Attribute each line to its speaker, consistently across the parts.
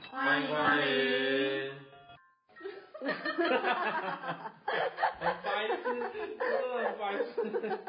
Speaker 1: 欢迎光临。很白痴，真的很白痴。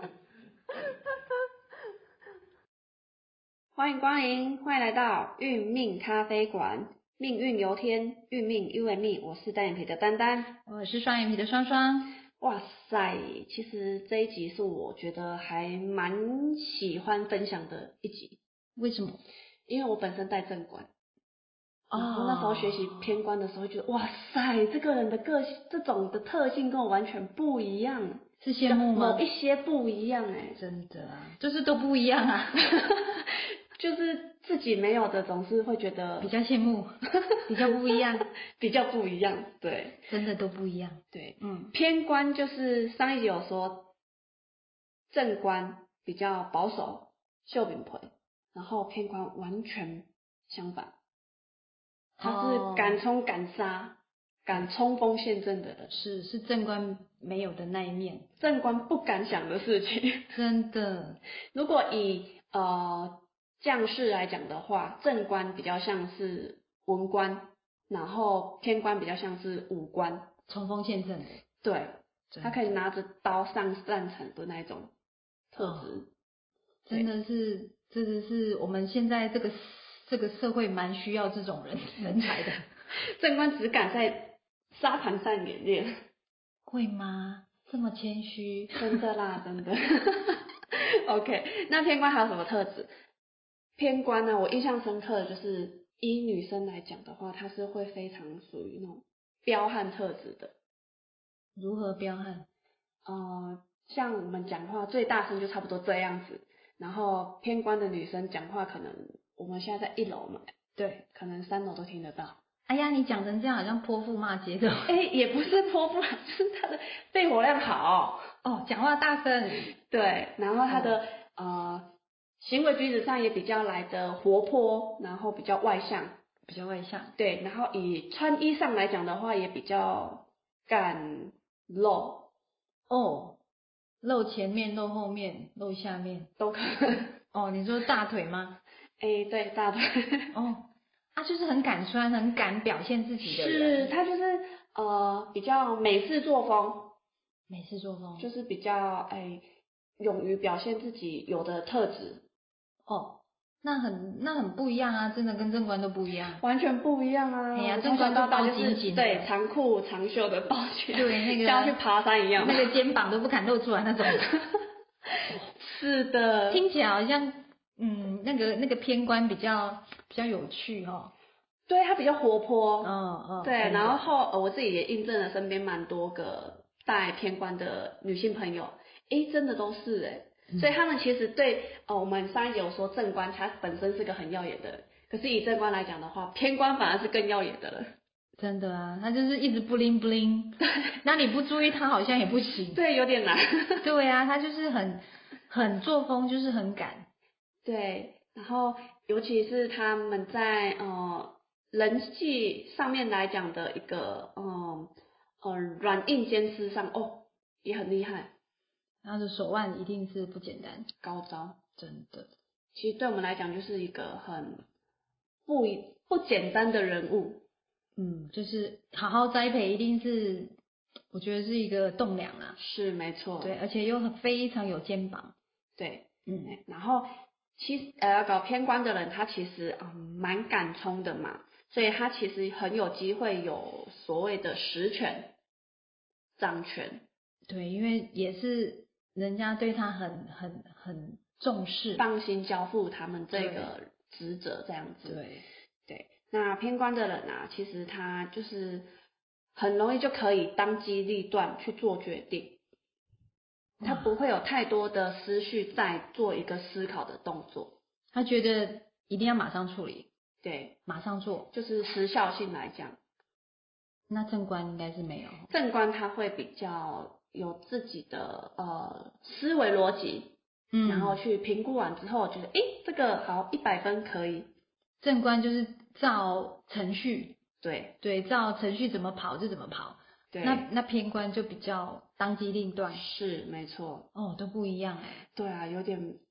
Speaker 2: 欢迎光临，欢迎来到运命咖啡馆，命运由天，运命由命。我是单眼皮的丹丹，
Speaker 3: 我是双眼皮的双双。
Speaker 2: 哇塞，其实这一集是我觉得还蛮喜欢分享的一集。
Speaker 3: 为什么？
Speaker 2: 因为我本身带正官。然后那时候学习偏官的时候，觉得哇塞，这个人的个性，这种的特性跟我完全不一样，
Speaker 3: 是羡慕吗？
Speaker 2: 某一些不一样
Speaker 3: 真的啊，就是都不一样啊，
Speaker 2: 就是自己没有的，总是会觉得
Speaker 3: 比较羡慕，比较不一样，
Speaker 2: 比较不一样，对，
Speaker 3: 真的都不一样，
Speaker 2: 对，偏官就是上一集有说，正官比较保守，秀饼皮，然后偏官完全相反。他是敢冲敢杀，敢冲锋陷阵的人，
Speaker 3: 是正官没有的那一面，
Speaker 2: 正官不敢想的事情。
Speaker 3: 真的，
Speaker 2: 如果以将士来讲的话，正官比较像是文官，然后偏官比较像是武官，
Speaker 3: 冲锋陷阵的。
Speaker 2: 对，他可以拿着刀上战场的那种特质。
Speaker 3: 真的是我们现在这个社会蛮需要这种人才的。
Speaker 2: 正官只敢在沙盘上演练，
Speaker 3: 会吗？这么谦虚？
Speaker 2: 真的啦，真的。OK， 那偏官还有什么特质？偏官呢，我印象深刻的就是以女生来讲的话，她是会非常属于那种彪悍特质的。
Speaker 3: 如何彪悍？
Speaker 2: 像我们讲话最大声就差不多这样子，然后偏官的女生讲话可能我们现在在1楼嘛，对，可能3楼都听得到。
Speaker 3: 哎呀，你讲成这样好像泼妇骂街的。
Speaker 2: 也不是泼妇，就是她的肺活量好
Speaker 3: 讲话大声，
Speaker 2: 对，然后她的行为举止上也比较来的活泼，然后比较外向，对，然后以穿衣上来讲的话，也比较敢露
Speaker 3: 露前面、露后面、露下面
Speaker 2: 都可能。
Speaker 3: 你说大腿吗？
Speaker 2: 对，大腿。
Speaker 3: 他就是很敢穿、很敢表现自己的人。
Speaker 2: 是，他就是比较美式作风，就是比较勇于表现自己有的特质。
Speaker 3: 那很不一样啊，真的跟正官都不一样，
Speaker 2: 完全不一样啊！
Speaker 3: 哎呀，正官就包紧紧的，
Speaker 2: 对，长裤长袖的包起来，
Speaker 3: 对，那个
Speaker 2: 像去爬山一样，
Speaker 3: 那个肩膀都不敢露出来那种。
Speaker 2: 是的，
Speaker 3: 听起来好像那个偏官比较有趣哦。
Speaker 2: 对，他比较活泼，对，然后我自己也印证了身边蛮多个带偏官的女性朋友，真的都是所以他们其实对我们上一集有说正官他本身是个很耀眼的人，可是以正官来讲的话，偏官反而是更耀眼的人。
Speaker 3: 真的啊，他就是一直 bling bling， 那你不注意他好像也不行。
Speaker 2: 对，有点难。
Speaker 3: 对啊，他就是很作风，就是很敢。
Speaker 2: 对，然后尤其是他们在人际上面来讲的一个软硬兼施上也很厉害。
Speaker 3: 他的手腕一定是不简单，
Speaker 2: 高招，
Speaker 3: 真的。
Speaker 2: 其实对我们来讲就是一个很不简单的人物。
Speaker 3: 就是好好栽培，一定是我觉得是一个栋梁啊。
Speaker 2: 是没错。对，
Speaker 3: 而且又非常有肩膀。
Speaker 2: 对，然后其实搞偏官的人，他其实蛮敢冲的嘛，所以他其实很有机会有所谓的实权、掌权。
Speaker 3: 对，因为也是人家对他很重视，
Speaker 2: 放心交付他们这个职责这样子。对，那偏官的人啊，其实他就是很容易就可以当机立断去做决定，他不会有太多的思绪在做一个思考的动作，
Speaker 3: 他觉得一定要马上处理，
Speaker 2: 对，
Speaker 3: 马上做，
Speaker 2: 就是时效性来讲。
Speaker 3: 那正官应该是没有，
Speaker 2: 正官他会比较有自己的思维逻辑，然后去评估完之后觉得这个好100分可以。
Speaker 3: 正官就是照程序，
Speaker 2: 对，
Speaker 3: 照程序怎么跑就怎么跑。对，那偏官就比较当机立断。
Speaker 2: 是没错。
Speaker 3: 都不一样
Speaker 2: 对啊，有点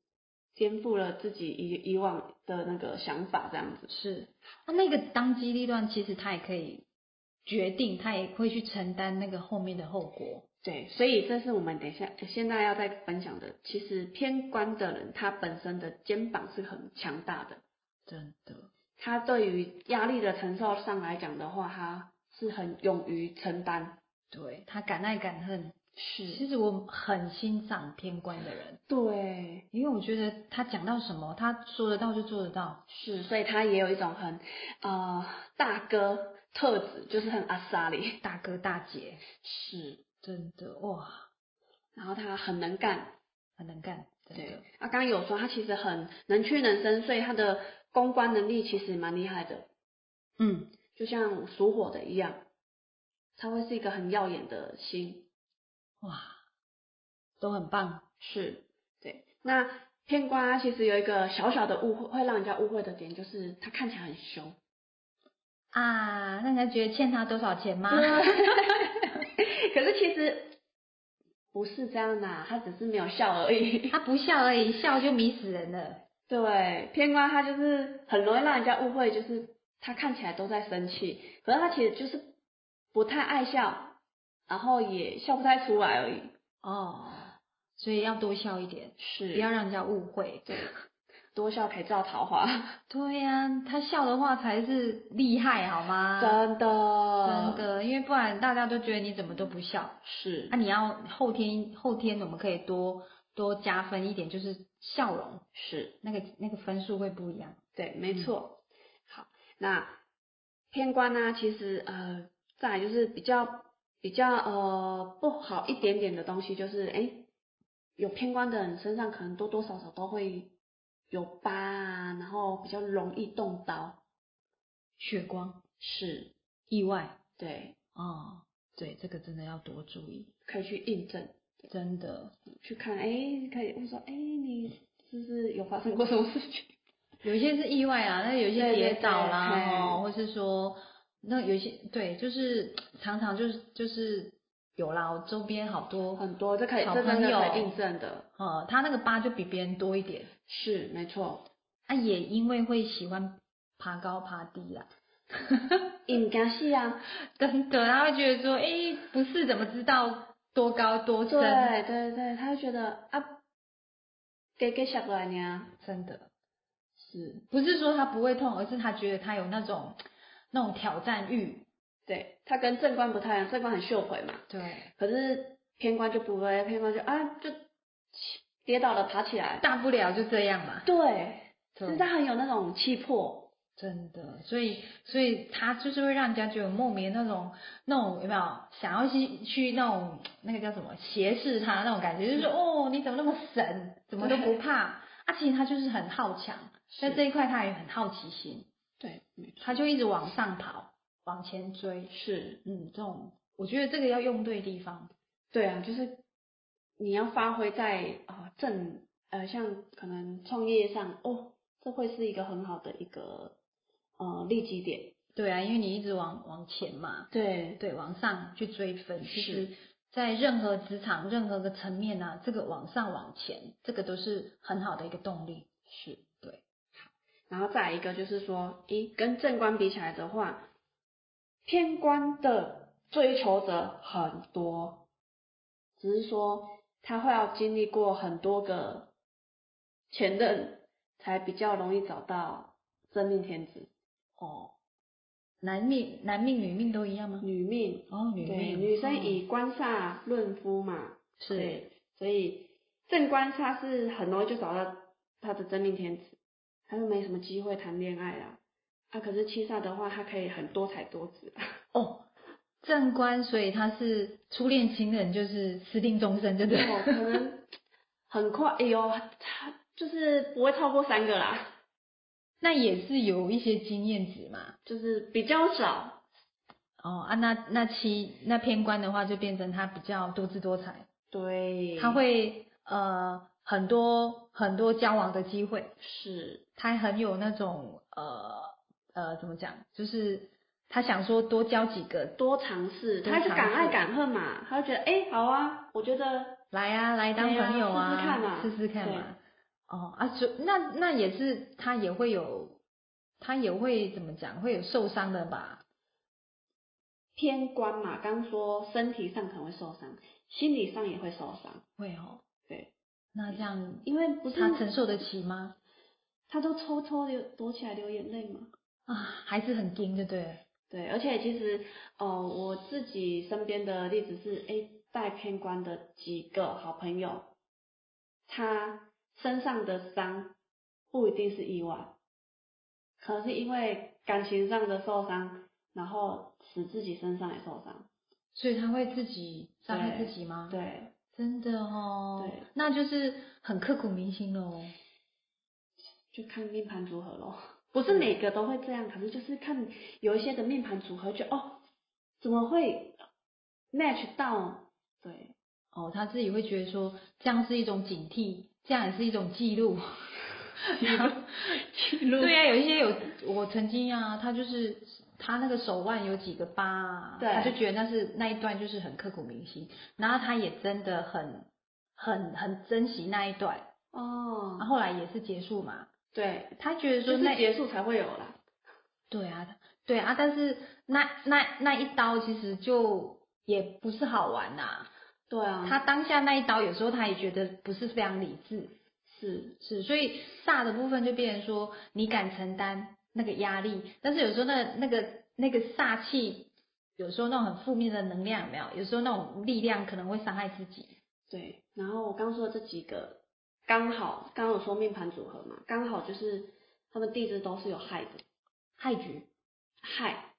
Speaker 2: 颠覆了自己以往的那个想法，这样子。
Speaker 3: 是，那个当机立断，其实他也可以决定，他也会去承担那个后面的后果。
Speaker 2: 对，所以这是我们现在要再分享的。其实偏官的人，他本身的肩膀是很强大的，
Speaker 3: 真的。
Speaker 2: 他对于压力的承受上来讲的话，他是很勇于承担。
Speaker 3: 对，他敢爱敢恨。
Speaker 2: 是，
Speaker 3: 其实我很欣赏偏官的人。
Speaker 2: 对，
Speaker 3: 因为我觉得他讲到什么，他说得到就做得到。
Speaker 2: 是，所以他也有一种很大哥特质，就是很阿莎里，
Speaker 3: 大哥大姐。
Speaker 2: 是，
Speaker 3: 真的哇。
Speaker 2: 然后他很能干，
Speaker 3: 很能干，真的。
Speaker 2: 对，刚刚有说他其实很能屈能伸，所以他的公关能力其实蛮厉害的。就像属火的一样，他会是一个很耀眼的星。
Speaker 3: 哇，都很棒。
Speaker 2: 是，对。那偏官其实有一个小小的误会，会让人家误会的点，就是他看起来很凶
Speaker 3: 啊，那人家觉得欠他多少钱吗？
Speaker 2: 可是其实不是这样的，他只是没有笑而已。
Speaker 3: 他不笑而已，笑就迷死人了。
Speaker 2: 对，偏官他就是很容易让人家误会，就是他看起来都在生气，可是他其实就是不太爱笑，然后也笑不太出来而已。
Speaker 3: 所以要多笑一点，
Speaker 2: 是，
Speaker 3: 不要让人家误会。
Speaker 2: 对，多笑可以造桃花。
Speaker 3: 对呀，他笑的话才是厉害，好吗？
Speaker 2: 真的，
Speaker 3: 因为不然大家都觉得你怎么都不笑。
Speaker 2: 是，
Speaker 3: 你要后天我们可以多加分一点，就是笑容。
Speaker 2: 是，
Speaker 3: 那个分数会不一样。
Speaker 2: 对，没错。好，那偏官呢，其实再来就是比较不好一点点的东西，就是有偏官的人身上可能多多少少都会有疤啊，然后比较容易动刀。
Speaker 3: 血光。
Speaker 2: 是。
Speaker 3: 意外。
Speaker 2: 对。
Speaker 3: 对，这个真的要多注意。
Speaker 2: 可以去印证。
Speaker 3: 真的。
Speaker 2: 去看，可以问说，你是不是有发生过什么事情？
Speaker 3: 有一些是意外啊，那有一些跌倒啦，或是说，那有一些对，就是常常就是有啦，我周边好多
Speaker 2: 很多，这
Speaker 3: 小朋友
Speaker 2: 这真的可以印证的。
Speaker 3: 他那个疤就比别人多一点。
Speaker 2: 是，没错。
Speaker 3: 也因为会喜欢爬高爬低啦。
Speaker 2: 应该是啊。
Speaker 3: 真的，他会觉得说，不是怎么知道多高多深？
Speaker 2: 对，他会觉得给下来呢。
Speaker 3: 真的。
Speaker 2: 是，
Speaker 3: 不是说他不会痛，而是他觉得他有那种挑战欲。
Speaker 2: 对，他跟正官不太一样，正官很秀回嘛。
Speaker 3: 对。
Speaker 2: 可是偏官就不会，偏官就跌倒了爬起来，
Speaker 3: 大不了就这样嘛。
Speaker 2: 对，就是他很有那种气魄。
Speaker 3: 真的，所以他就是会让人家觉得莫名那种有没有想要去那个叫什么斜视他那种感觉，就是说你怎么那么神，怎么都不怕其实他就是很好强，在这一块他也很好奇心。
Speaker 2: 对，
Speaker 3: 他就一直往上跑，往前追。
Speaker 2: 是，
Speaker 3: 这种我觉得这个要用对地方。
Speaker 2: 对啊，就是你要发挥在像可能创业上这会是一个很好的一个利基点。
Speaker 3: 对啊，因为你一直往前嘛。
Speaker 2: 对，
Speaker 3: 往上去追分。其实在任何职场任何个层面啊，这个往上往前，这个都是很好的一个动力。
Speaker 2: 是，对。好，然后再来一个就是说，跟正官比起来的话，偏官的追求者很多，只是说他会要经历过很多个前任，才比较容易找到真命天子。
Speaker 3: 男命女命都一样吗？
Speaker 2: 女命。
Speaker 3: 女命。
Speaker 2: 女生以官煞论夫嘛。
Speaker 3: 是。
Speaker 2: 对，所以正官煞是很容易就找到他的真命天子，他就没什么机会谈恋爱啦。可是七煞的话，他可以很多彩多姿。
Speaker 3: 正官，所以他是初恋情人，就是私定终身，对不对？
Speaker 2: 可能很快，他就是不会超过3个啦。
Speaker 3: 那也是有一些经验值嘛，
Speaker 2: 就是比较少。
Speaker 3: 那偏官的话，就变成他比较多姿多彩。
Speaker 2: 对。
Speaker 3: 他会很多交往的机会。
Speaker 2: 是。
Speaker 3: 他很有那种怎么讲，就是他想说多交几个，
Speaker 2: 多尝试。他是敢爱敢恨嘛，他就觉得好啊，我觉得
Speaker 3: 来当朋友啊，
Speaker 2: 试试看嘛。
Speaker 3: 那也是他也会怎么讲，会有受伤的吧？
Speaker 2: 偏官嘛，刚说身体上可能会受伤，心理上也会受伤。
Speaker 3: 会哦。
Speaker 2: 对。
Speaker 3: 那这样，
Speaker 2: 因为不是
Speaker 3: 他承受得起吗？
Speaker 2: 他都偷偷躲起来流眼泪嘛。
Speaker 3: 还是很硬，对不对？
Speaker 2: 对，而且其实我自己身边的例子是，带偏官的几个好朋友，他身上的伤不一定是意外，可能是因为感情上的受伤，然后使自己身上也受伤。
Speaker 3: 所以他会自己伤害自己吗？
Speaker 2: 对，
Speaker 3: 真的哦。
Speaker 2: 对，
Speaker 3: 那就是很刻骨铭心咯。
Speaker 2: 就看命盘组合咯。不是每个都会这样，可是就是看有一些的命盘组合就怎么会 match 到？对，
Speaker 3: 他自己会觉得说这样是一种警惕，这样也是一种记录。
Speaker 2: 记录。
Speaker 3: 对啊，有一些我曾经他就是他那个手腕有几个疤，他就觉得那一段就是很刻骨铭心，然后他也真的很珍惜那一段。后来也是结束嘛。
Speaker 2: 对，
Speaker 3: 他觉得说
Speaker 2: 就是结束才会有啦。
Speaker 3: 对啊，但是那一刀其实就也不是好玩呐。
Speaker 2: 对啊。
Speaker 3: 他当下那一刀，有时候他也觉得不是非常理智。是，所以煞的部分就变成说，你敢承担那个压力，但是有时候那个煞气，有时候那种很负面的能量有没有？有时候那种力量可能会伤害自己。
Speaker 2: 对，然后我刚说的这几个。刚好有说命盘组合嘛，刚好就是他们地支都是有亥的，
Speaker 3: 亥局，
Speaker 2: 亥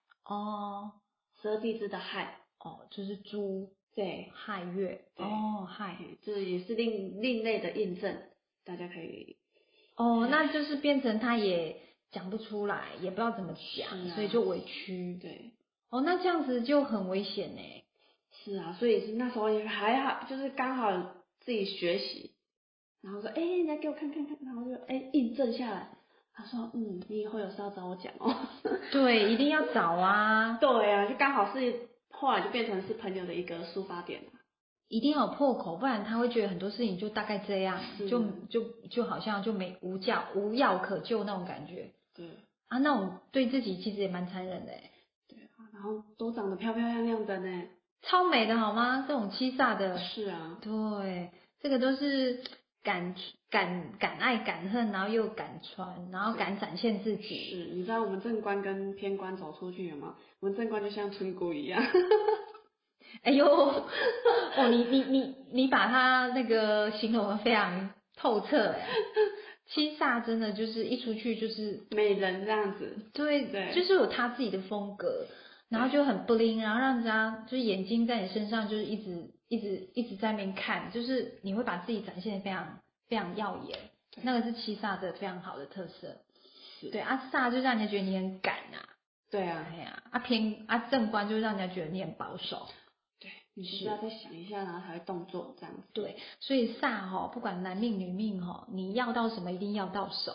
Speaker 2: ，12地支的亥，
Speaker 3: 就是猪，
Speaker 2: 对，
Speaker 3: 亥月，亥，
Speaker 2: 这也是另类的印证，大家可以，
Speaker 3: 那就是变成他也讲不出来，也不知道怎么讲，所以就委屈，
Speaker 2: 对，
Speaker 3: 那这样子就很危险呢。
Speaker 2: 是啊，所以那时候也还好，就是刚好自己学习。然后说，你来给我看看，然后就印证下来。他说，你以后有事要找我讲哦。
Speaker 3: 对，一定要找啊。
Speaker 2: 对啊，就刚好是后来就变成是朋友的一个抒发点了。
Speaker 3: 一定要有破口，不然他会觉得很多事情就大概这样，就好像就无药可救那种感觉。
Speaker 2: 对。
Speaker 3: 那种对自己其实也蛮残忍的。
Speaker 2: 对啊，然后都长得漂漂亮亮的呢。
Speaker 3: 超美的好吗？这种七煞的。
Speaker 2: 是啊。
Speaker 3: 对，这个都是敢爱敢恨，然后又敢穿，然后敢展现自己。
Speaker 2: 是，你知道我们正官跟偏官走出去了吗？我们正官就像村姑一样。
Speaker 3: 哎呦，你把它那个形容的非常透彻哎。七煞真的就是一出去就是
Speaker 2: 美人这样子。
Speaker 3: 对，就是有他自己的风格，然后就很 bling， 然后让人家就是眼睛在你身上就是一直在那边看，就是你会把自己展现的非常非常耀眼，那个是七煞的非常好的特色。对煞就让人家觉得你很敢啊。
Speaker 2: 对啊。
Speaker 3: 正官就让人家觉得你很保守。
Speaker 2: 对，你是要再想一下，然后才会动作这样子。
Speaker 3: 对，所以煞不管男命女命你要到什么一定要到手。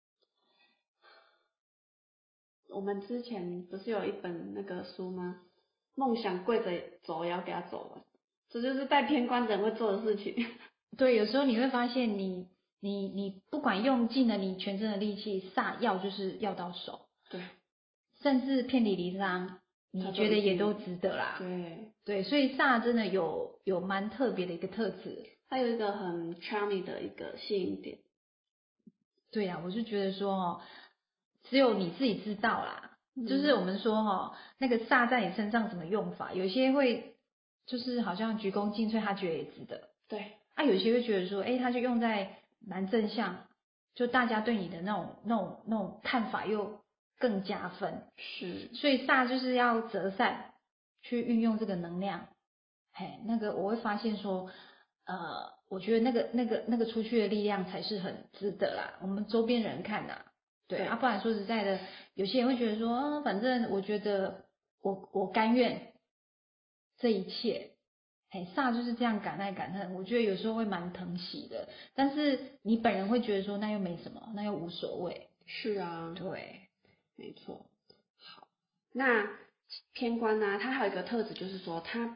Speaker 2: 我们之前不是有一本那个书吗？梦想跪着走也要给他走了，这就是带偏官人会做的事情。
Speaker 3: 对，有时候你会发现你不管用尽了你全身的力气，煞要就是要到手。
Speaker 2: 对，
Speaker 3: 甚至遍体鳞伤，你觉得也都值得啦。对，所以煞真的有蛮特别的一个特质，
Speaker 2: 它有一个很 charming 的一个吸引点。
Speaker 3: 对啊，我是觉得说只有你自己知道啦。就是我们说那个煞在你身上怎么用法，有些会就是好像鞠躬尽瘁，他觉得也值得。
Speaker 2: 对。
Speaker 3: 有些会觉得说，他就用在蛮正向，就大家对你的那种看法又更加分。
Speaker 2: 是。
Speaker 3: 所以煞就是要择善去运用这个能量。那个我会发现说，我觉得那个出去的力量才是很值得啦。我们周边人看啦。对不然说实在的，有些人会觉得说，反正我觉得我甘愿这一切。煞就是这样敢爱敢恨，我觉得有时候会蛮疼惜的，但是你本人会觉得说那又没什么，那又无所谓。
Speaker 2: 是啊。
Speaker 3: 对，
Speaker 2: 没错。好，那偏官呢，它还有一个特质就是说，它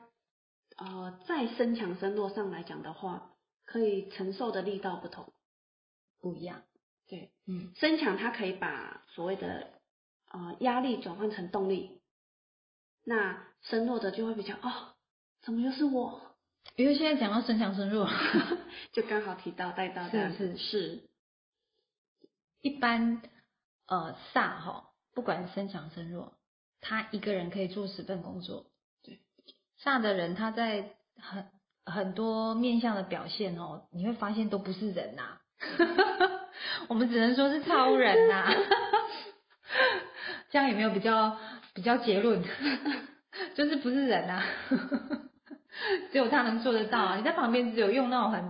Speaker 2: 在身强身弱上来讲的话，可以承受的力道不同。
Speaker 3: 不一样。
Speaker 2: 对，身强它可以把所谓的压力转换成动力，那身弱的就会比较怎么又是我？
Speaker 3: 因为现在讲到身强身弱，
Speaker 2: 就刚好提到带到这样子。是。
Speaker 3: 一般煞哈，不管身强身弱，他一个人可以做10份工作。
Speaker 2: 对，
Speaker 3: 煞的人他在很多面向的表现你会发现都不是人呐、我们只能说是超人呐、这样有没有比较结论？就是不是人啊，只有他能做得到啊！你在旁边只有用那种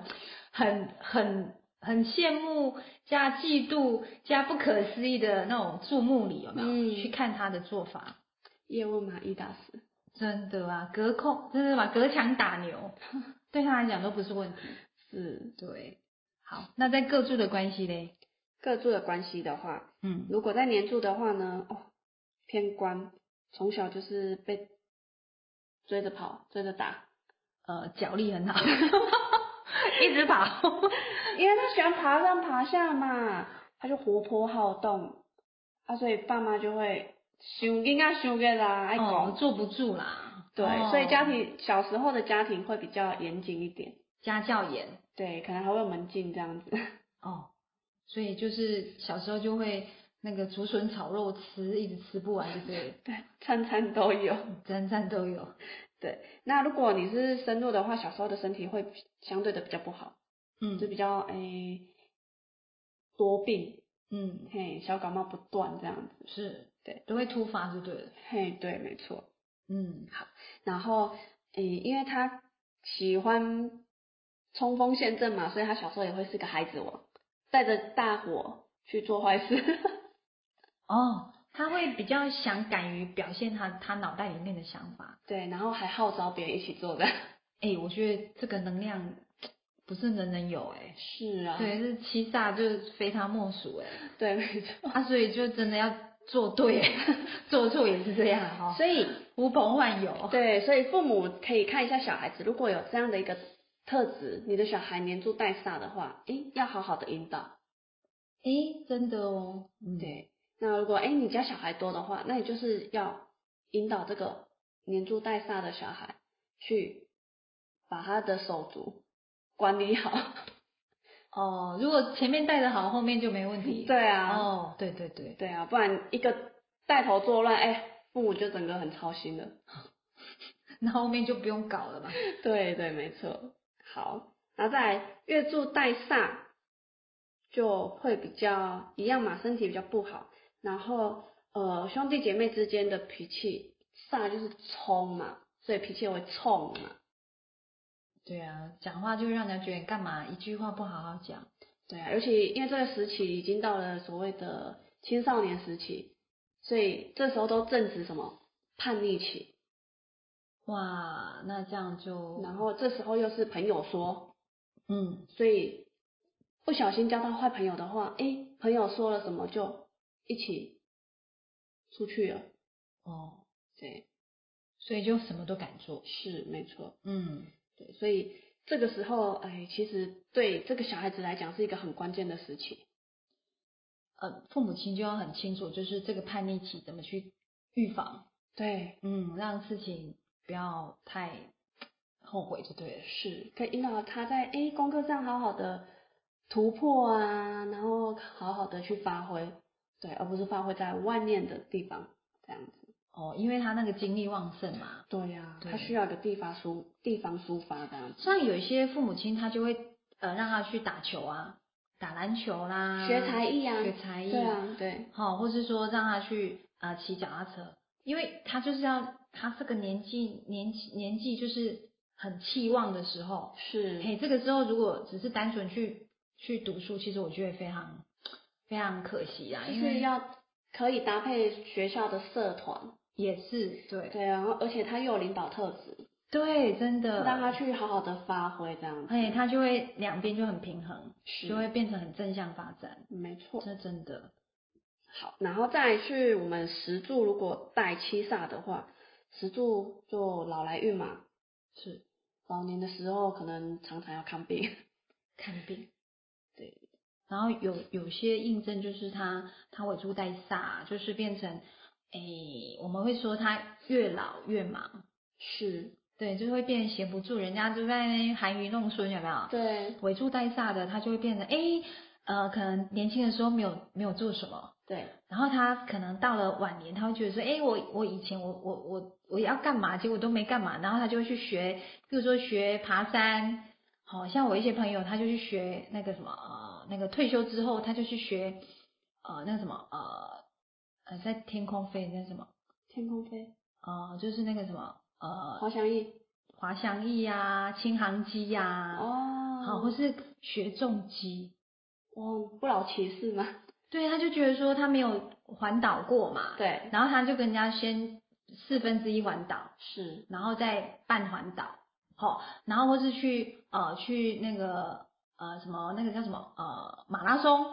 Speaker 3: 很羡慕加嫉妒加不可思议的那种注目礼，有没有？去看他的做法。
Speaker 2: 叶问马伊达斯，
Speaker 3: 真的啊，真的嘛，隔墙打牛，对他来讲都不是问题。
Speaker 2: 是，
Speaker 3: 对。好，那在各柱的关系嘞？
Speaker 2: 各柱的关系的话，如果在年柱的话呢，偏官，从小就是被追着跑，追着打，
Speaker 3: 脚力很好，一直跑，
Speaker 2: 因为他喜欢爬上爬下嘛，他就活泼好动，所以爸妈就会想囡仔想个啦，爱讲
Speaker 3: 坐不住啦。
Speaker 2: 对，所以小时候的家庭会比较严谨一点，
Speaker 3: 家教严，
Speaker 2: 对，可能还会有门禁这样子。
Speaker 3: 所以就是小时候就会那个竹笋炒肉吃，一直吃不完，对
Speaker 2: 对，餐餐都有，
Speaker 3: 餐餐都有。
Speaker 2: 对，那如果你是身弱的话，小时候的身体会相对的比较不好，就比较多病，小感冒不断这样子，
Speaker 3: 是，
Speaker 2: 对，
Speaker 3: 都会突发就对了，
Speaker 2: 对，没错，
Speaker 3: 好，
Speaker 2: 然后因为他喜欢冲锋陷阵嘛，所以他小时候也会是个孩子王，带着大火去做坏事。
Speaker 3: 他会比较敢于表现他脑袋里面的想法，
Speaker 2: 对，然后还号召别人一起做的。
Speaker 3: 我觉得这个能量不是人人有
Speaker 2: 是啊，
Speaker 3: 对，是七煞就是非他莫属
Speaker 2: 对，没错。
Speaker 3: 所以就真的要做对，做错也是这样
Speaker 2: 所以
Speaker 3: 呼朋唤友。
Speaker 2: 对，所以父母可以看一下小孩子，如果有这样的一个特质，你的小孩年柱带煞的话，要好好的引导。
Speaker 3: 真的哦，
Speaker 2: 对。那如果你家小孩多的话，那你就是要引导这个年柱带煞的小孩去把他的手足管理好。
Speaker 3: 如果前面带得好，后面就没问题。
Speaker 2: 对啊。
Speaker 3: 对。
Speaker 2: 对啊，不然一个带头作乱，父母就整个很操心了。
Speaker 3: 那后面就不用搞了嘛。
Speaker 2: 对，没错。好，然后再来月柱带煞，就会比较一样嘛，身体比较不好。然后兄弟姐妹之间的脾气，煞就是冲嘛，所以脾气也会冲嘛。
Speaker 3: 对啊，讲话就让人家觉得干嘛一句话不好好讲。
Speaker 2: 对啊，尤其因为这个时期已经到了所谓的青少年时期，所以这时候都正值什么叛逆期。
Speaker 3: 哇，那这样就，
Speaker 2: 然后这时候又是朋友说，所以不小心交到坏朋友的话，朋友说了什么就一起出去了。对，
Speaker 3: 所以就什么都敢做。
Speaker 2: 是，没错。对，所以这个时候，其实对这个小孩子来讲是一个很关键的时期。
Speaker 3: 父母亲就要很清楚，就是这个叛逆期怎么去预防。
Speaker 2: 对，
Speaker 3: 让事情不要太后悔就对了。
Speaker 2: 是，可以引导他在功课上好好的突破啊，然后好好的去发挥，对，而不是发挥在外面的地方这样子。
Speaker 3: 因为他那个精力旺盛嘛。
Speaker 2: 对呀，他需要一个地方抒发这样子。
Speaker 3: 像有一些父母亲他就会让他去打球啊，打篮球啦，
Speaker 2: 学才艺啊，
Speaker 3: 学才艺。
Speaker 2: 对啊，对。
Speaker 3: 或是说让他去骑脚踏车，因为他就是他这个年纪就是很气旺的时候。
Speaker 2: 是。
Speaker 3: 这个时候如果只是单纯去读书，其实我觉得非常非常可惜啊，
Speaker 2: 因为要可以搭配学校的社团。
Speaker 3: 也是，对。
Speaker 2: 对啊，而且他又有领导特质。
Speaker 3: 对，真的。
Speaker 2: 让他去好好的发挥这样子。
Speaker 3: 他就会两边就很平衡，
Speaker 2: 是，
Speaker 3: 就会变成很正向发展。
Speaker 2: 没错。
Speaker 3: 这真的。
Speaker 2: 好，然后再来是我们时柱如果带七煞的话，时柱就老来运嘛。
Speaker 3: 是。
Speaker 2: 老年的时候可能常常要看病。
Speaker 3: 看病。
Speaker 2: 对，
Speaker 3: 然后有些印证就是他尾柱带煞，就是变成我们会说他越老越忙，
Speaker 2: 是，
Speaker 3: 对，就会变成闲不住，人家就在那边含饴弄孙，有没有？
Speaker 2: 对，
Speaker 3: 尾柱带煞的，他就会变成可能年轻的时候没有做什么，
Speaker 2: 对，然
Speaker 3: 后他可能到了晚年，他会觉得说，我以前我要干嘛，结果都没干嘛，然后他就会去学，比如说学爬山，好像我一些朋友他就去学那个什么那个退休之后他就去学那个什么在天空飞那什么
Speaker 2: 天空飞
Speaker 3: 就是那个什么滑翔翼啊，轻航机呀好，或是学重机。
Speaker 2: 不老骑士吗？
Speaker 3: 对，他就觉得说他没有环岛过嘛，
Speaker 2: 对，
Speaker 3: 然后他就跟人家先1/4环岛，
Speaker 2: 是，
Speaker 3: 然后再半环岛，然后或是去那个什么那个叫什么马拉松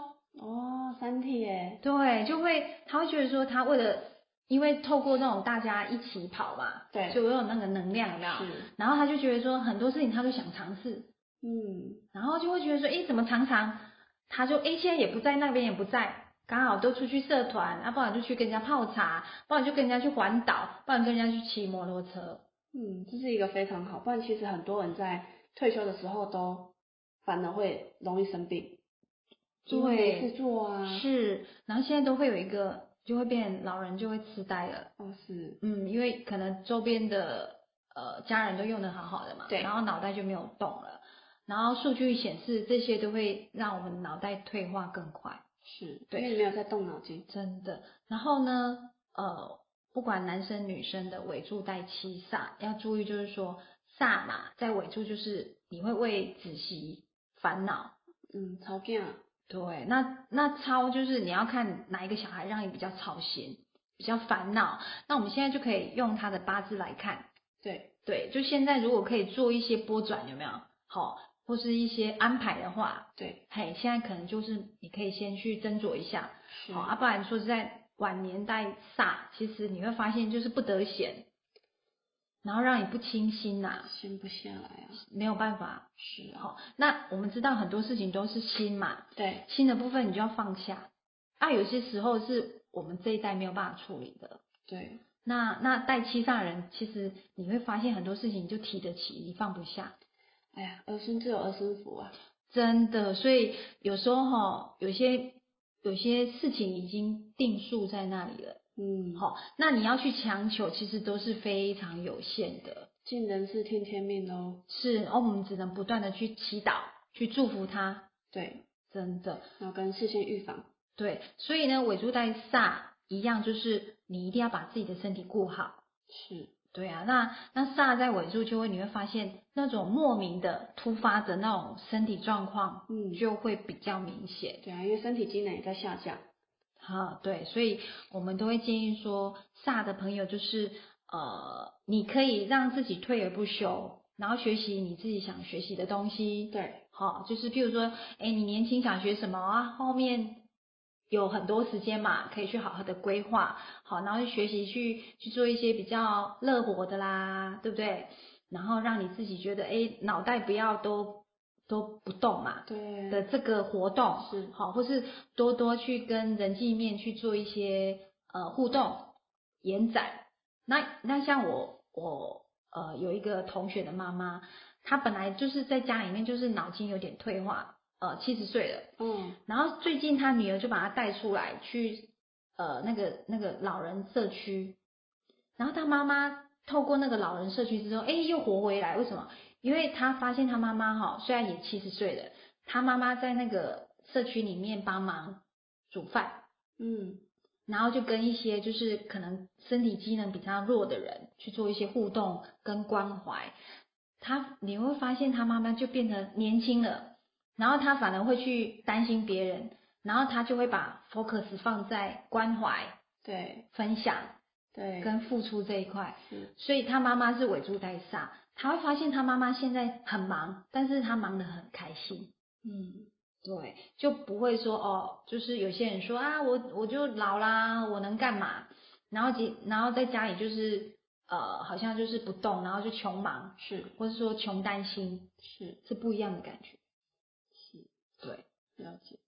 Speaker 2: 3体耶，
Speaker 3: 对，他会觉得说他为了因为透过那种大家一起跑嘛，
Speaker 2: 对，
Speaker 3: 就有那个能量有没有？
Speaker 2: 是，
Speaker 3: 然后他就觉得说很多事情他都想尝试，然后就会觉得说怎么常常他就现在也不在那边也不在，刚好都出去社团，不然就去跟人家泡茶，不然就跟人家去环岛，不然跟人家去骑摩托车。
Speaker 2: 这是一个非常好，不然其实很多人在退休的时候都反而会容易生病，
Speaker 3: 对，
Speaker 2: 没事做啊。
Speaker 3: 是，然后现在都会有一个就会变老人就会痴呆了。
Speaker 2: 是。
Speaker 3: 因为可能周边的家人都用得好好的嘛，
Speaker 2: 对，
Speaker 3: 然后脑袋就没有动了，然后数据显示这些都会让我们脑袋退化更快。
Speaker 2: 是，
Speaker 3: 对，
Speaker 2: 因为没有在动脑筋。
Speaker 3: 真的。然后呢，不管男生女生的尾柱带七煞，要注意就是说煞嘛，在尾柱就是你会为子息烦恼。
Speaker 2: 操心啊。
Speaker 3: 对，那操就是你要看哪一个小孩让你比较操心，比较烦恼。那我们现在就可以用他的八字来看。对，就现在如果可以做一些拨转，有没有？好，或是一些安排的话，
Speaker 2: 对，
Speaker 3: 现在可能就是你可以先去斟酌一下，好，不然说实在晚年带煞，其实你会发现就是不得闲，然后让你不清心呐，
Speaker 2: 心不下来啊，
Speaker 3: 没有办法。
Speaker 2: 是
Speaker 3: 好，那我们知道很多事情都是心嘛，
Speaker 2: 对，
Speaker 3: 心的部分你就要放下，有些时候是我们这一代没有办法处理的，
Speaker 2: 对。
Speaker 3: 那带七煞人，其实你会发现很多事情你就提得起，你放不下。
Speaker 2: 哎呀，儿孙自有儿孙福啊，
Speaker 3: 真的，所以有时候有些事情已经定数在那里了，那你要去强求，其实都是非常有限的。
Speaker 2: 尽人事听天命哦。
Speaker 3: 是，我们只能不断的去祈祷，去祝福他。
Speaker 2: 对，
Speaker 3: 真的，
Speaker 2: 要跟事先预防。
Speaker 3: 对，所以呢，尾柱带煞一样，就是你一定要把自己的身体顾好。
Speaker 2: 是，
Speaker 3: 对啊，那煞在尾柱你会发现那种莫名的突发的那种身体状况，就会比较明显。
Speaker 2: 对啊，因为身体机能也在下降。
Speaker 3: 对，所以我们都会建议说，煞的朋友就是你可以让自己退而不休，然后学习你自己想学习的东西。
Speaker 2: 对，
Speaker 3: 就是譬如说，你年轻想学什么啊，后面有很多时间嘛，可以去好好的规划，然后去学习去做一些比较乐活的啦，对不对？然后让你自己觉得，脑袋不要都不动嘛，
Speaker 2: 对
Speaker 3: 的这个活动
Speaker 2: 是
Speaker 3: 好，或是多多去跟人际面去做一些互动延展。那像我有一个同学的妈妈，她本来就是在家里面就是脑筋有点退化，70岁了，然后最近她女儿就把她带出来去那个老人社区，然后她妈妈透过那个老人社区之后，又活回来，为什么？因为她发现她妈妈虽然也70岁了，她妈妈在那个社区里面帮忙煮饭，然后就跟一些就是可能身体机能比较弱的人去做一些互动跟关怀，你会发现她妈妈就变得年轻了，然后她反而会去担心别人，然后她就会把 focus 放在关怀、
Speaker 2: 对，
Speaker 3: 分享、
Speaker 2: 对，
Speaker 3: 跟付出这一块。所以她妈妈是尾柱带煞，她会发现她妈妈现在很忙，但是她忙得很开心。对，就不会说就是有些人说我就老啦，我能干嘛？然后在家里就是好像就是不动，然后就穷忙，或是说穷担心，是不一样的感觉。对，
Speaker 2: 了解。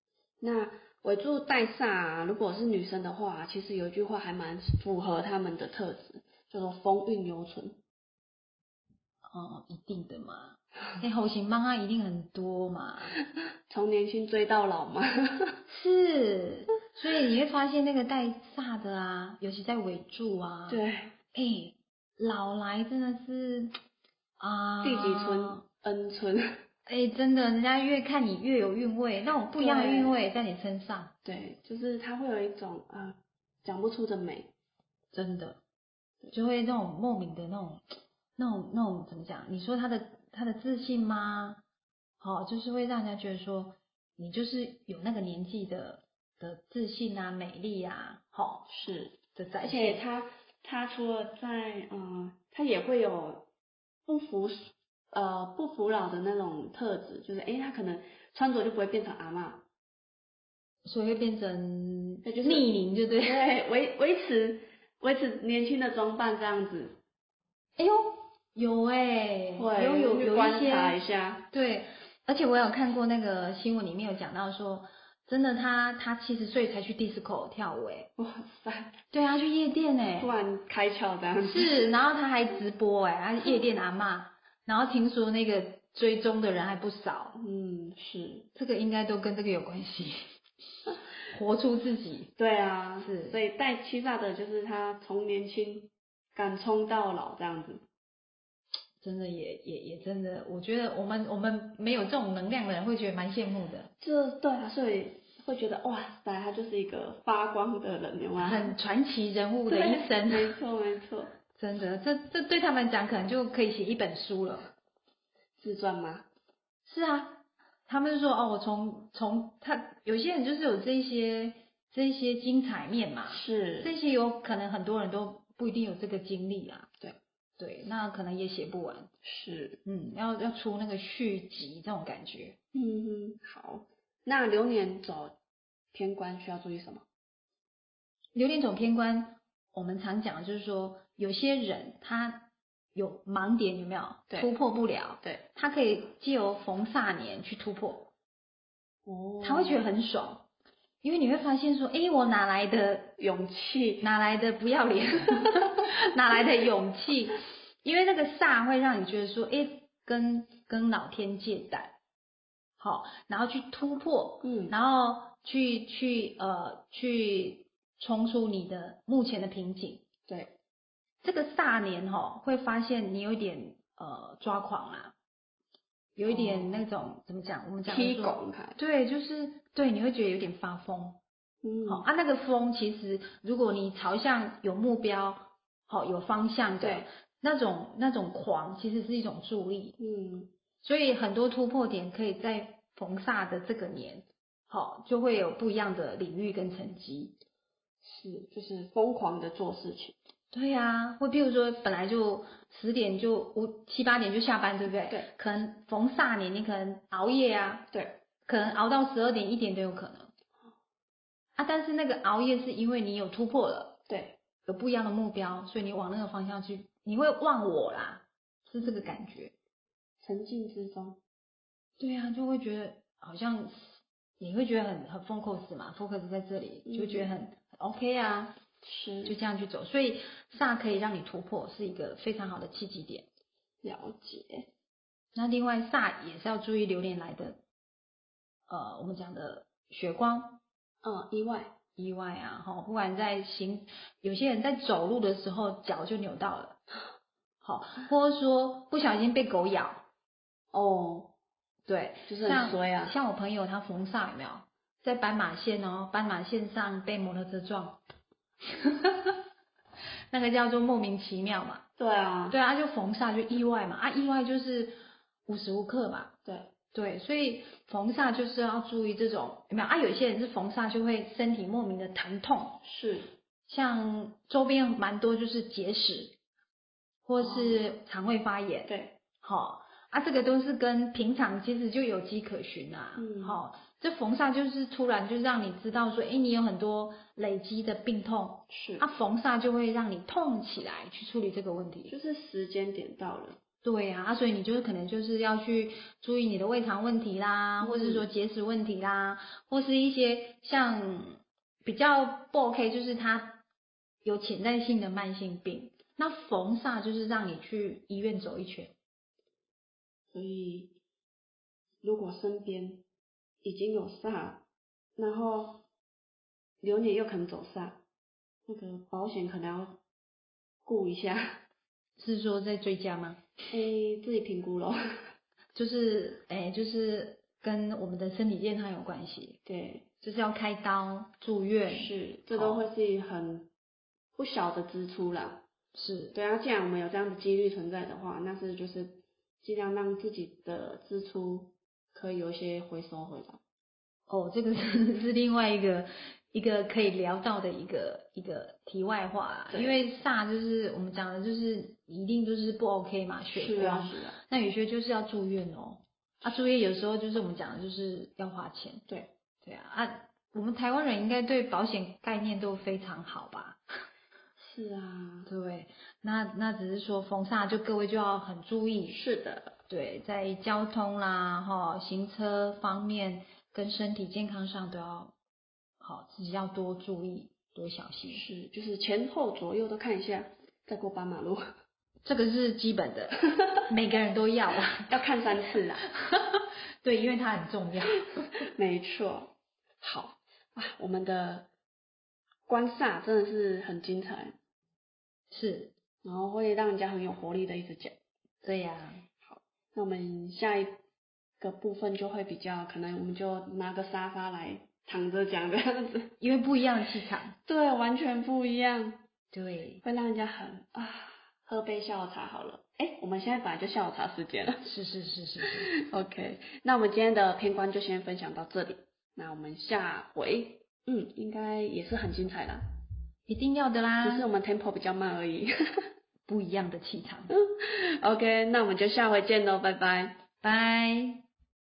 Speaker 2: 那围住带煞啊，如果是女生的话，其实有一句话还蛮符合她们的特质，叫做风韵犹存。
Speaker 3: 哦，一定的嘛，后行帮他一定很多嘛，
Speaker 2: 从年轻追到老嘛。
Speaker 3: 是，所以你会发现那个带煞的啊，尤其在尾柱啊，
Speaker 2: 对，
Speaker 3: 老来真的是啊，
Speaker 2: 第几春恩春。
Speaker 3: 真的，人家越看你越有韵味，那种不一样的韵味在你身上。
Speaker 2: 对，就是它会有一种讲不出的美，
Speaker 3: 真的，就会那种莫名的那种怎么讲？你说他的自信吗？就是会让人家觉得说你就是有那个年纪的自信啊、美丽啊，
Speaker 2: 是
Speaker 3: 的展
Speaker 2: 而且
Speaker 3: 现。
Speaker 2: 他除了在他也会有不服老的那种特质，就是他可能穿着就不会变成阿嬷，
Speaker 3: 所以会变成
Speaker 2: 就是
Speaker 3: 逆龄，对不对？
Speaker 2: 对，维持年轻的装扮这样子。
Speaker 3: 哎呦，有有
Speaker 2: 观察
Speaker 3: 一
Speaker 2: 一下，
Speaker 3: 对，而且我有看过那个新闻里面有讲到说，真的他70岁才去 disco 跳舞，
Speaker 2: 哇塞，
Speaker 3: 对啊，去夜店
Speaker 2: 突然开窍这样子。
Speaker 3: 是，然后他还直播他夜店阿嬷，然后听说那个追踪的人还不少，
Speaker 2: 是，
Speaker 3: 这个应该都跟这个有关系，活出自己。
Speaker 2: 对啊，
Speaker 3: 是，
Speaker 2: 所以带七煞的就是他从年轻敢冲到老这样子。
Speaker 3: 真的也真的，我觉得我们没有这种能量的人会觉得蛮羡慕的。
Speaker 2: 对啊，所以会觉得哇塞，他就是一个发光的人，有吗？
Speaker 3: 很传奇人物的一生。
Speaker 2: 没错没错。
Speaker 3: 真的，这对他们讲可能就可以写一本书了。
Speaker 2: 自传吗？
Speaker 3: 是啊，他们就说我从他有些人就是有这些精彩面嘛，
Speaker 2: 是
Speaker 3: 这些有可能很多人都不一定有这个经历啊。对，那可能也写不完。
Speaker 2: 是，
Speaker 3: 要出那个续集这种感觉。
Speaker 2: 好，那流年走偏官需要注意什么？
Speaker 3: 流年走偏官，我们常讲的就是说，有些人他有盲点，有没有突破不了？
Speaker 2: 对，
Speaker 3: 他可以借由逢煞年去突破。他会觉得很爽，因为你会发现说，我哪来的
Speaker 2: 勇气？
Speaker 3: 哪来的不要脸？哪来的勇气？因为那个煞会让你觉得说，跟老天借胆，好，然后去突破，然后去冲出你的目前的瓶颈。
Speaker 2: 对，
Speaker 3: 这个煞年会发现你有一点抓狂啦。有一点那种怎么讲？我们讲的说，对，就是对，你会觉得有点发疯。好那个疯其实，如果你朝向有目标、有方向的，那种狂，其实是一种助力。所以很多突破点可以在逢煞的这个年，就会有不一样的领域跟成绩。
Speaker 2: 是，就是疯狂的做事情。
Speaker 3: 对呀，或譬如说本来就10点就7、8点就下班，对不对？
Speaker 2: 对。
Speaker 3: 可能逢煞年，你可能熬夜啊。
Speaker 2: 对。
Speaker 3: 可能熬到12点、1点都有可能。但是那个熬夜是因为你有突破了。
Speaker 2: 对。
Speaker 3: 有不一样的目标，所以你往那个方向去，你会忘我啦，是这个感觉。
Speaker 2: 沉浸之中。
Speaker 3: 对啊，就会觉得好像你会觉得很 focus 嘛 ，focus 在这里，就觉得很 OK 啊。
Speaker 2: 是，
Speaker 3: 就这样去走，所以煞可以让你突破，是一个非常好的契机点。
Speaker 2: 了解。
Speaker 3: 那另外煞也是要注意流年来的，我们讲的血光，意外啊，不管在有些人在走路的时候脚就扭到了，或者说不小心被狗咬，对，
Speaker 2: 就是很衰啊。
Speaker 3: 像我朋友他逢煞有没有在斑马线斑马线上被摩托车撞。那个叫做莫名其妙嘛。
Speaker 2: 对啊，
Speaker 3: 就逢煞就意外嘛，意外就是无时无刻嘛。对，所以逢煞就是要注意这种有没有有些人是逢煞就会身体莫名的疼痛，
Speaker 2: 是，
Speaker 3: 像周边蛮多就是结石或是肠胃发炎。
Speaker 2: 对，
Speaker 3: 这个都是跟平常其实就有迹可循啦。这逢煞就是突然就让你知道说，你有很多累积的病痛，
Speaker 2: 是，
Speaker 3: 逢煞就会让你痛起来去处理这个问题，
Speaker 2: 就是时间点到了。
Speaker 3: 对啊，所以你就是可能就是要去注意你的胃肠问题啦，或者是说结石问题啦，或是一些像比较不 OK，就是它有潜在性的慢性病。那缝煞就是让你去医院走一圈。
Speaker 2: 所以如果身边已经有煞，然后流年又可能走煞，那个保险可能要顾一下。
Speaker 3: 是说在追加吗？
Speaker 2: 自己评估咯。
Speaker 3: 就是跟我们的身体健康有关系。
Speaker 2: 对，
Speaker 3: 就是要开刀住院。
Speaker 2: 是，这都会是很不小的支出啦。
Speaker 3: 是。
Speaker 2: 对啊，既然我们有这样的几率存在的话，那是就是尽量让自己的支出可以有一些回收回来。
Speaker 3: 哦，这个是另外一个可以聊到的一个题外话啦。因为煞就是我们讲的就是一定就是不 OK 嘛，血光。
Speaker 2: 是啊。
Speaker 3: 那有些就是要住院哦。住院有时候就是我们讲的就是要花钱。
Speaker 2: 对。
Speaker 3: 对啊，我们台湾人应该对保险概念都非常好吧？
Speaker 2: 是啊。
Speaker 3: 对，那只是说缝煞就各位就要很注意。
Speaker 2: 是的。
Speaker 3: 对，在交通啦、行车方面跟身体健康上都要自己要多注意多小心。
Speaker 2: 是，就是前后左右都看一下，再过斑马路。
Speaker 3: 这个是基本的，每个人都要啦，
Speaker 2: 要看3次啦。
Speaker 3: 对，因为它很重要。
Speaker 2: 没错。好啊，我们的观煞真的是很精彩。
Speaker 3: 是。
Speaker 2: 然后会让人家很有活力的一直讲。
Speaker 3: 对呀。
Speaker 2: 好，那我们下一个部分就会比较，可能我们就拿个沙发来躺着讲这样子。
Speaker 3: 因为不一样的气场。
Speaker 2: 对，完全不一样。
Speaker 3: 对。
Speaker 2: 会让人家很喝杯下午茶好了。我们现在本来就下午茶时间了。
Speaker 3: 是。
Speaker 2: OK， 那我们今天的偏观就先分享到这里。那我们下回应该也是很精彩啦。
Speaker 3: 一定要的啦。
Speaker 2: 只是我们 tempo 比较慢而已。
Speaker 3: 不一样的气场。
Speaker 2: OK， 那我们就下回见咯，拜拜。
Speaker 3: 拜。